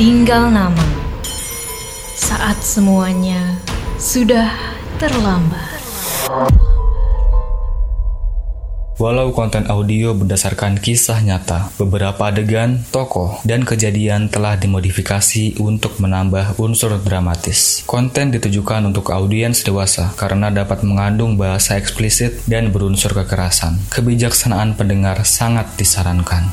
Tinggal nama. Saat semuanya sudah terlambat. Walau konten audio berdasarkan kisah nyata, beberapa adegan, tokoh, dan kejadian telah dimodifikasi untuk menambah unsur dramatis. Konten ditujukan untuk audiens dewasa karena dapat mengandung bahasa eksplisit dan berunsur kekerasan. Kebijaksanaan pendengar sangat disarankan.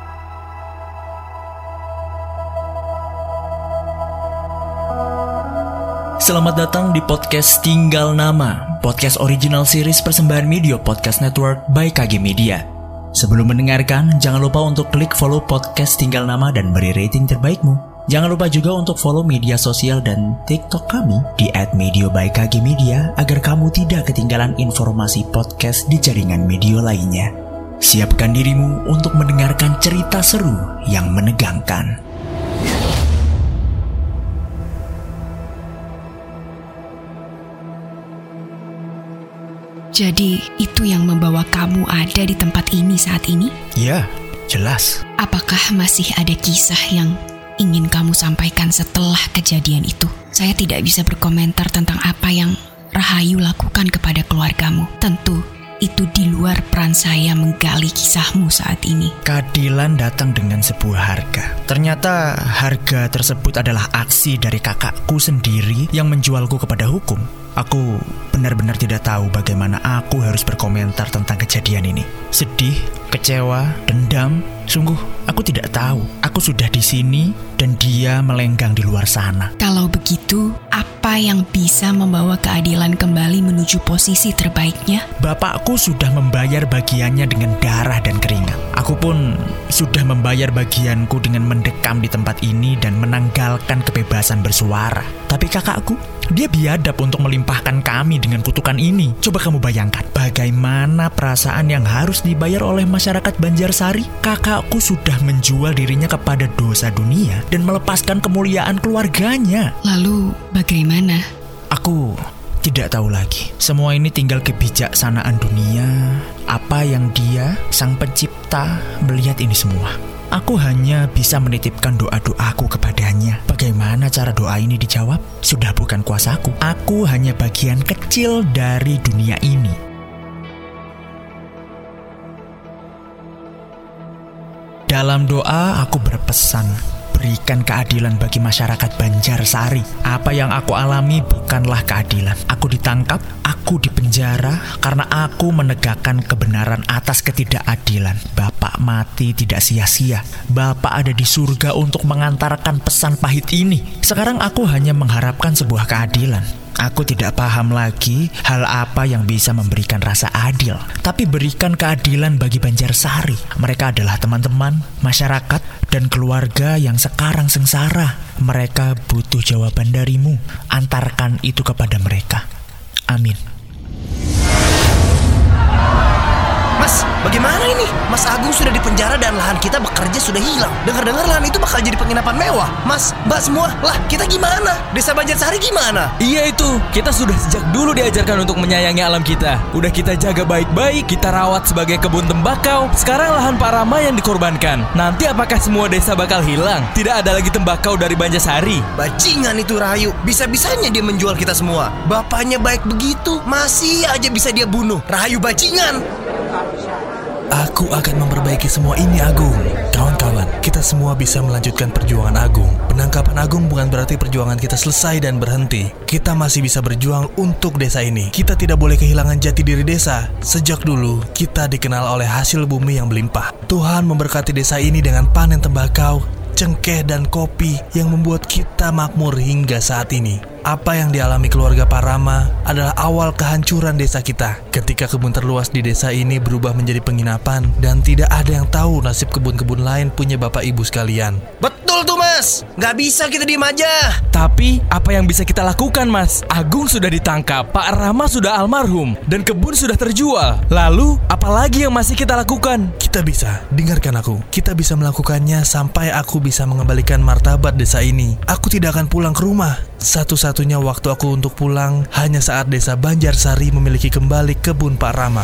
Selamat datang di podcast Tinggal Nama, podcast original series persembahan Media Podcast Network by KG Media. Sebelum mendengarkan, jangan lupa untuk klik follow podcast Tinggal Nama dan beri rating terbaikmu. Jangan lupa juga untuk follow media sosial dan TikTok kami di @media_by_kg_media agar kamu tidak ketinggalan informasi podcast di jaringan media lainnya. Siapkan dirimu untuk mendengarkan cerita seru yang menegangkan. Jadi, itu yang membawa kamu ada di tempat ini saat ini? Ya, jelas. Apakah masih ada kisah yang ingin kamu sampaikan setelah kejadian itu? Saya tidak bisa berkomentar tentang apa yang Rahayu lakukan kepada keluargamu. Tentu, itu di luar peran saya menggali kisahmu saat ini. Keadilan datang dengan sebuah harga. Ternyata harga tersebut adalah aksi dari kakakku sendiri yang menjualku kepada hukum. Aku benar-benar tidak tahu bagaimana aku harus berkomentar tentang kejadian ini. Sedih, kecewa, dendam, sungguh aku tidak tahu. Aku sudah di sini dan dia melenggang di luar sana. Kalau begitu, apa yang bisa membawa keadilan kembali menuju posisi terbaiknya? Bapakku sudah membayar bagiannya dengan darah dan keringat. Aku pun sudah membayar bagianku dengan mendekam di tempat ini dan menanggalkan kebebasan bersuara. Tapi kakakku, dia biadab untuk melimpahkan kami dengan kutukan ini. Coba kamu bayangkan, bagaimana perasaan yang harus dibayar oleh masyarakat Banjarsari? Kakakku sudah menjual dirinya kepada dosa dunia dan melepaskan kemuliaan keluarganya. Lalu, bagaimana? Aku tidak tahu lagi. Semua ini tinggal kebijaksanaan dunia. Apa yang dia, sang pencipta, melihat ini semua. Aku hanya bisa menitipkan doa-doaku kepadanya. Bagaimana cara doa ini dijawab? Sudah bukan kuasaku. Aku hanya bagian kecil dari dunia ini. Dalam doa aku berpesan, berikan keadilan bagi masyarakat Banjarsari. Apa yang aku alami bukanlah keadilan. Aku ditangkap, aku dipenjara karena aku menegakkan kebenaran atas ketidakadilan. Bapak mati tidak sia-sia. Bapak ada di surga untuk mengantarkan pesan pahit ini. Sekarang aku hanya mengharapkan sebuah keadilan. Aku tidak paham lagi hal apa yang bisa memberikan rasa adil. Tapi berikan keadilan bagi Banjarsari. Mereka adalah teman-teman, masyarakat, dan keluarga yang sekarang sengsara. Mereka butuh jawaban darimu. Antarkan itu kepada mereka. Amin. Mas, bagaimana ini? Mas Agung sudah dipenjara dan lahan kita bekerja sudah hilang. Dengar-dengar lahan itu bakal jadi penginapan mewah. Mas, Mbak semua, lah kita gimana? Desa Banjarsari gimana? Iya itu, kita sudah sejak dulu diajarkan untuk menyayangi alam kita. Udah kita jaga baik-baik, kita rawat sebagai kebun tembakau. Sekarang lahan Pak Rama yang dikorbankan. Nanti apakah semua desa bakal hilang? Tidak ada lagi tembakau dari Banjarsari. Bajingan itu Rahayu. Bisa-bisanya dia menjual kita semua. Bapaknya baik begitu, masih aja bisa dia bunuh. Rahayu bajingan. Aku akan memperbaiki semua ini, Agung. Kawan-kawan, kita semua bisa melanjutkan perjuangan Agung. Penangkapan Agung bukan berarti perjuangan kita selesai dan berhenti. Kita masih bisa berjuang untuk desa ini. Kita tidak boleh kehilangan jati diri desa. Sejak dulu, kita dikenal oleh hasil bumi yang melimpah. Tuhan memberkati desa ini dengan panen tembakau, cengkeh, dan kopi yang membuat kita makmur hingga saat ini. Apa yang dialami keluarga Pak Rama adalah awal kehancuran desa kita. Ketika kebun terluas di desa ini berubah menjadi penginapan dan tidak ada yang tahu nasib kebun-kebun lain punya bapak ibu sekalian. Betul tuh Mas, nggak bisa kita diem aja. Tapi apa yang bisa kita lakukan, Mas? Agung sudah ditangkap, Pak Rama sudah almarhum, dan kebun sudah terjual. Lalu apa lagi yang masih kita lakukan? Kita bisa, dengarkan aku. Kita bisa melakukannya sampai aku bisa mengembalikan martabat desa ini. Aku tidak akan pulang ke rumah. Satu-satunya waktu aku untuk pulang hanya saat desa Banjarsari memiliki kembali kebun Pak Rama.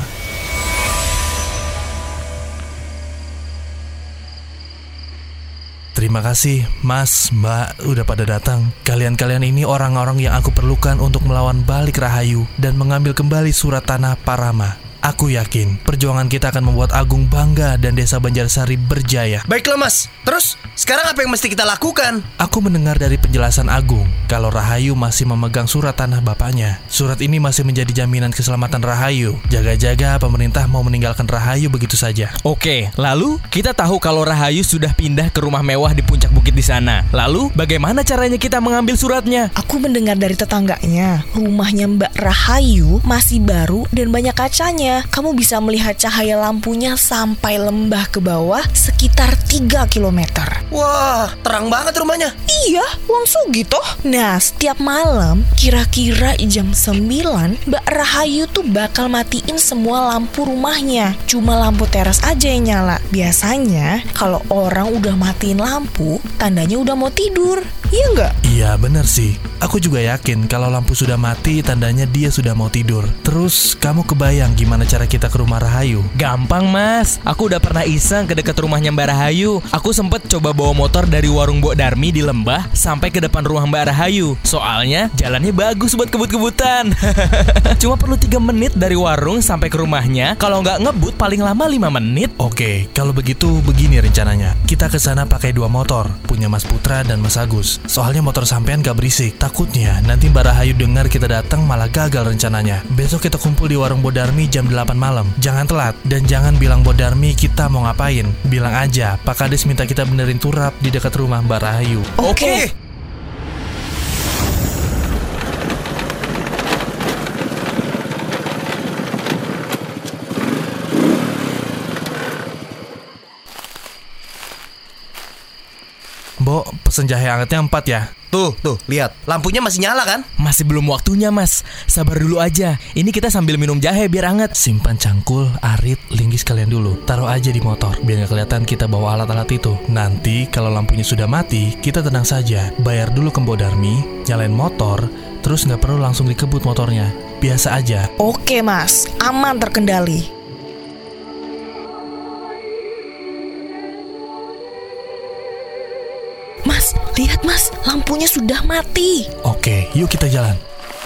Terima kasih, Mas, Mbak, udah pada datang. Kalian-kalian ini orang-orang yang aku perlukan untuk melawan balik Rahayu dan mengambil kembali surat tanah Parama. Aku yakin perjuangan kita akan membuat Agung bangga dan desa Banjarsari berjaya. Baiklah Mas, terus sekarang apa yang mesti kita lakukan? Aku mendengar dari penjelasan Agung kalau Rahayu masih memegang surat tanah bapaknya. Surat ini masih menjadi jaminan keselamatan Rahayu. Jaga-jaga pemerintah mau meninggalkan Rahayu begitu saja. Oke, lalu kita tahu kalau Rahayu sudah pindah ke rumah mewah di puncak bukit di sana. Lalu bagaimana caranya kita mengambil suratnya? Aku mendengar dari tetangganya, rumahnya Mbak Rahayu masih baru dan banyak kacanya. Kamu bisa melihat cahaya lampunya sampai lembah ke bawah sekitar 3 km. Wah, terang banget rumahnya. Iya, langsung gitu. Nah, setiap malam kira-kira jam 9 Mbak Rahayu tuh bakal matiin semua lampu rumahnya. Cuma lampu teras aja yang nyala. Biasanya kalau orang udah matiin lampu, tandanya udah mau tidur. Iya nggak? Iya bener sih. Aku juga yakin kalau lampu sudah mati, tandanya dia sudah mau tidur. Terus kamu kebayang gimana cara kita ke rumah Rahayu? Gampang Mas, aku udah pernah iseng ke dekat rumahnya Mbak Rahayu. Aku sempet coba bawa motor dari warung Mbok Darmi di lembah sampai ke depan rumah Mbak Rahayu. Soalnya jalannya bagus buat kebut-kebutan. Cuma perlu 3 menit dari warung sampai ke rumahnya. Kalau nggak ngebut paling lama 5 menit. Oke, kalau begitu begini rencananya. Kita ke sana pakai 2 motor, punya Mas Putra dan Mas Agus. Soalnya motor sampean gak berisik. Takutnya nanti Mbak Rahayu dengar kita datang malah gagal rencananya. Besok kita kumpul di warung Bodarmi jam 8 malam. Jangan telat dan jangan bilang Bodarmi kita mau ngapain. Bilang aja Pak Kades minta kita benerin turap di dekat rumah Mbak Rahayu. Oke. Mbok, pesen jahe hangatnya 4 ya. Tuh, lihat. Lampunya masih nyala kan? Masih belum waktunya Mas, sabar dulu aja. Ini kita sambil minum jahe biar hangat. Simpan cangkul, arit, linggis kalian dulu. Taruh aja di motor, biar gak kelihatan kita bawa alat-alat itu. Nanti kalau lampunya sudah mati, kita tenang saja. Bayar dulu ke Mbok Darmi, nyalain motor, terus gak perlu langsung dikebut motornya. Biasa aja. Oke Mas, aman terkendali. Mas, lihat Mas, lampunya sudah mati. Oke, yuk kita jalan.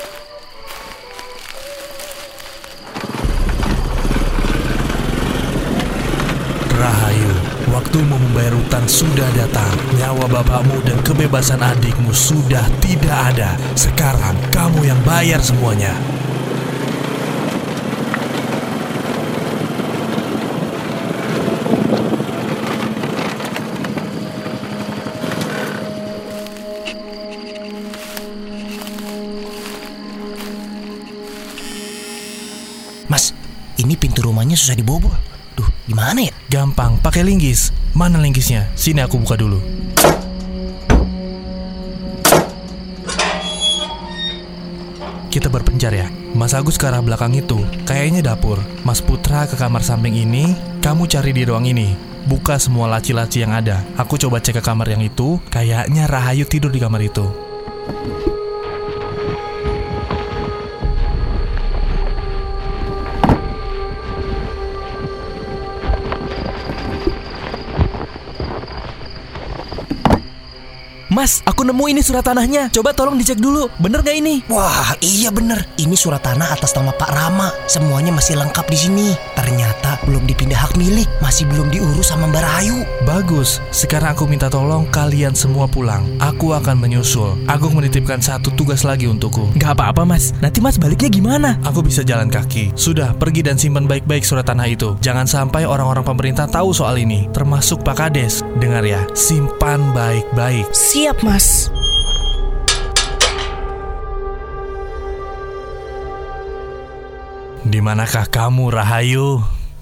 Rahayu, waktumu membayar utang sudah datang. Nyawa bapakmu dan kebebasan adikmu sudah tidak ada. Sekarang kamu yang bayar semuanya. Mas, ini pintu rumahnya susah dibobol. Duh, gimana ya? Gampang, pakai linggis. Mana linggisnya? Sini aku buka dulu. Kita berpencar ya. Mas Agus ke arah belakang itu, kayaknya dapur. Mas Putra ke kamar samping ini, kamu cari di ruang ini. Buka semua laci-laci yang ada. Aku coba cek ke kamar yang itu, kayaknya Rahayu tidur di kamar itu. Mas, aku nemu ini surat tanahnya. Coba tolong dicek dulu, bener gak ini? Wah, iya bener. Ini surat tanah atas nama Pak Rama. Semuanya masih lengkap di sini. Ternyata belum dipindah hak milik, masih belum diurus sama Mbak Rahayu. Bagus, sekarang aku minta tolong kalian semua pulang. Aku akan menyusul. Agung menitipkan satu tugas lagi untukku. Gak apa-apa Mas, nanti Mas baliknya gimana? Aku bisa jalan kaki. Sudah, pergi dan simpan baik-baik surat tanah itu. Jangan sampai orang-orang pemerintah tahu soal ini, termasuk Pak Kades. Dengar ya, simpan baik-baik. Siap Mas. Di manakah kamu, Rahayu?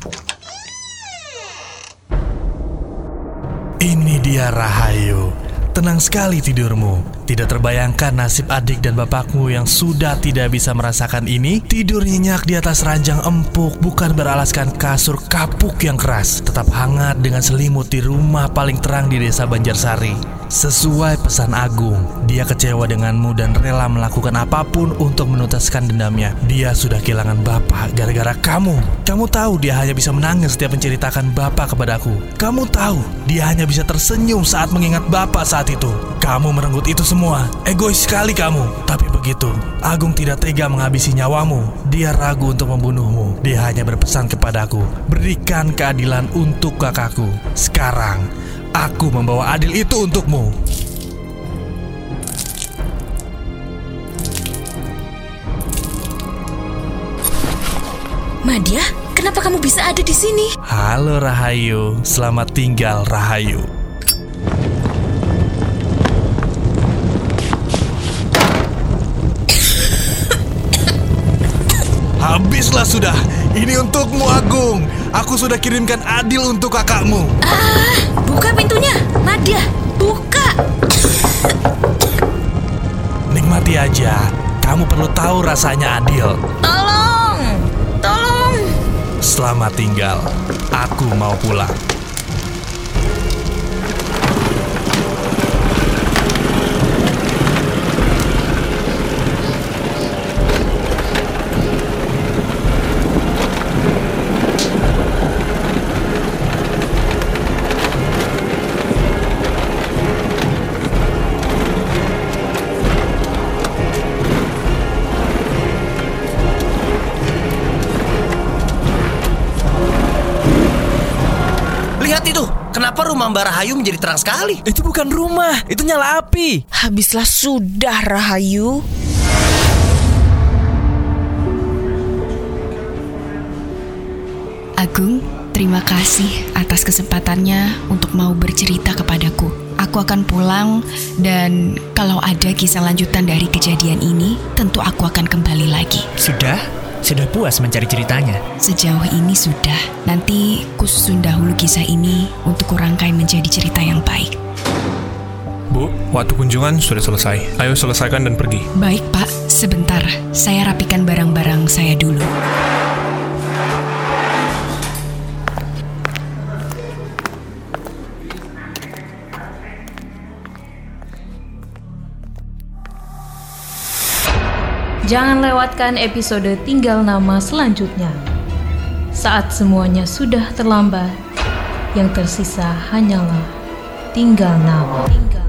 Ini dia Rahayu. Tenang sekali tidurmu. Tidak terbayangkan nasib adik dan bapakmu yang sudah tidak bisa merasakan ini. Tidur nyenyak di atas ranjang empuk, bukan beralaskan kasur kapuk yang keras, tetap hangat dengan selimut di rumah paling terang di desa Banjarsari. Sesuai pesan Agung, dia kecewa denganmu dan rela melakukan apapun untuk menuntaskan dendamnya. Dia sudah kehilangan bapak gara-gara kamu. Kamu tahu dia hanya bisa menangis setiap menceritakan bapak kepadaku. Kamu tahu dia hanya bisa tersenyum saat mengingat bapak saat itu. Kamu merenggut itu semua. Egois sekali kamu. Tapi begitu, Agung tidak tega menghabisi nyawamu. Dia ragu untuk membunuhmu. Dia hanya berpesan kepadaku, berikan keadilan untuk kakakku. Sekarang aku membawa adil itu untukmu. Madya, kenapa kamu bisa ada di sini? Halo Rahayu, selamat tinggal Rahayu. Habislah sudah. Ini untukmu Agung. Aku sudah kirimkan adil untuk kakakmu. Buka pintunya, Madya, buka. Nikmati aja. Kamu perlu tahu rasanya adil. Tolong. Selamat tinggal. Aku mau pulang. Kenapa rumah Mbak Rahayu menjadi terang sekali? Itu bukan rumah, itu nyala api. Habislah sudah, Rahayu. Agung, terima kasih atas kesempatannya untuk mau bercerita kepadaku. Aku akan pulang dan kalau ada kisah lanjutan dari kejadian ini, tentu aku akan kembali lagi. Sudah puas mencari ceritanya? Sejauh ini sudah. Nanti kususun dahulu kisah ini untuk kurangkai menjadi cerita yang baik. Bu, waktu kunjungan sudah selesai. Ayo selesaikan dan pergi. Baik, Pak. Sebentar, saya rapikan barang-barang saya dulu. Jangan lewatkan episode Tinggal Nama selanjutnya. Saat semuanya sudah terlambat, yang tersisa hanyalah tinggal nama.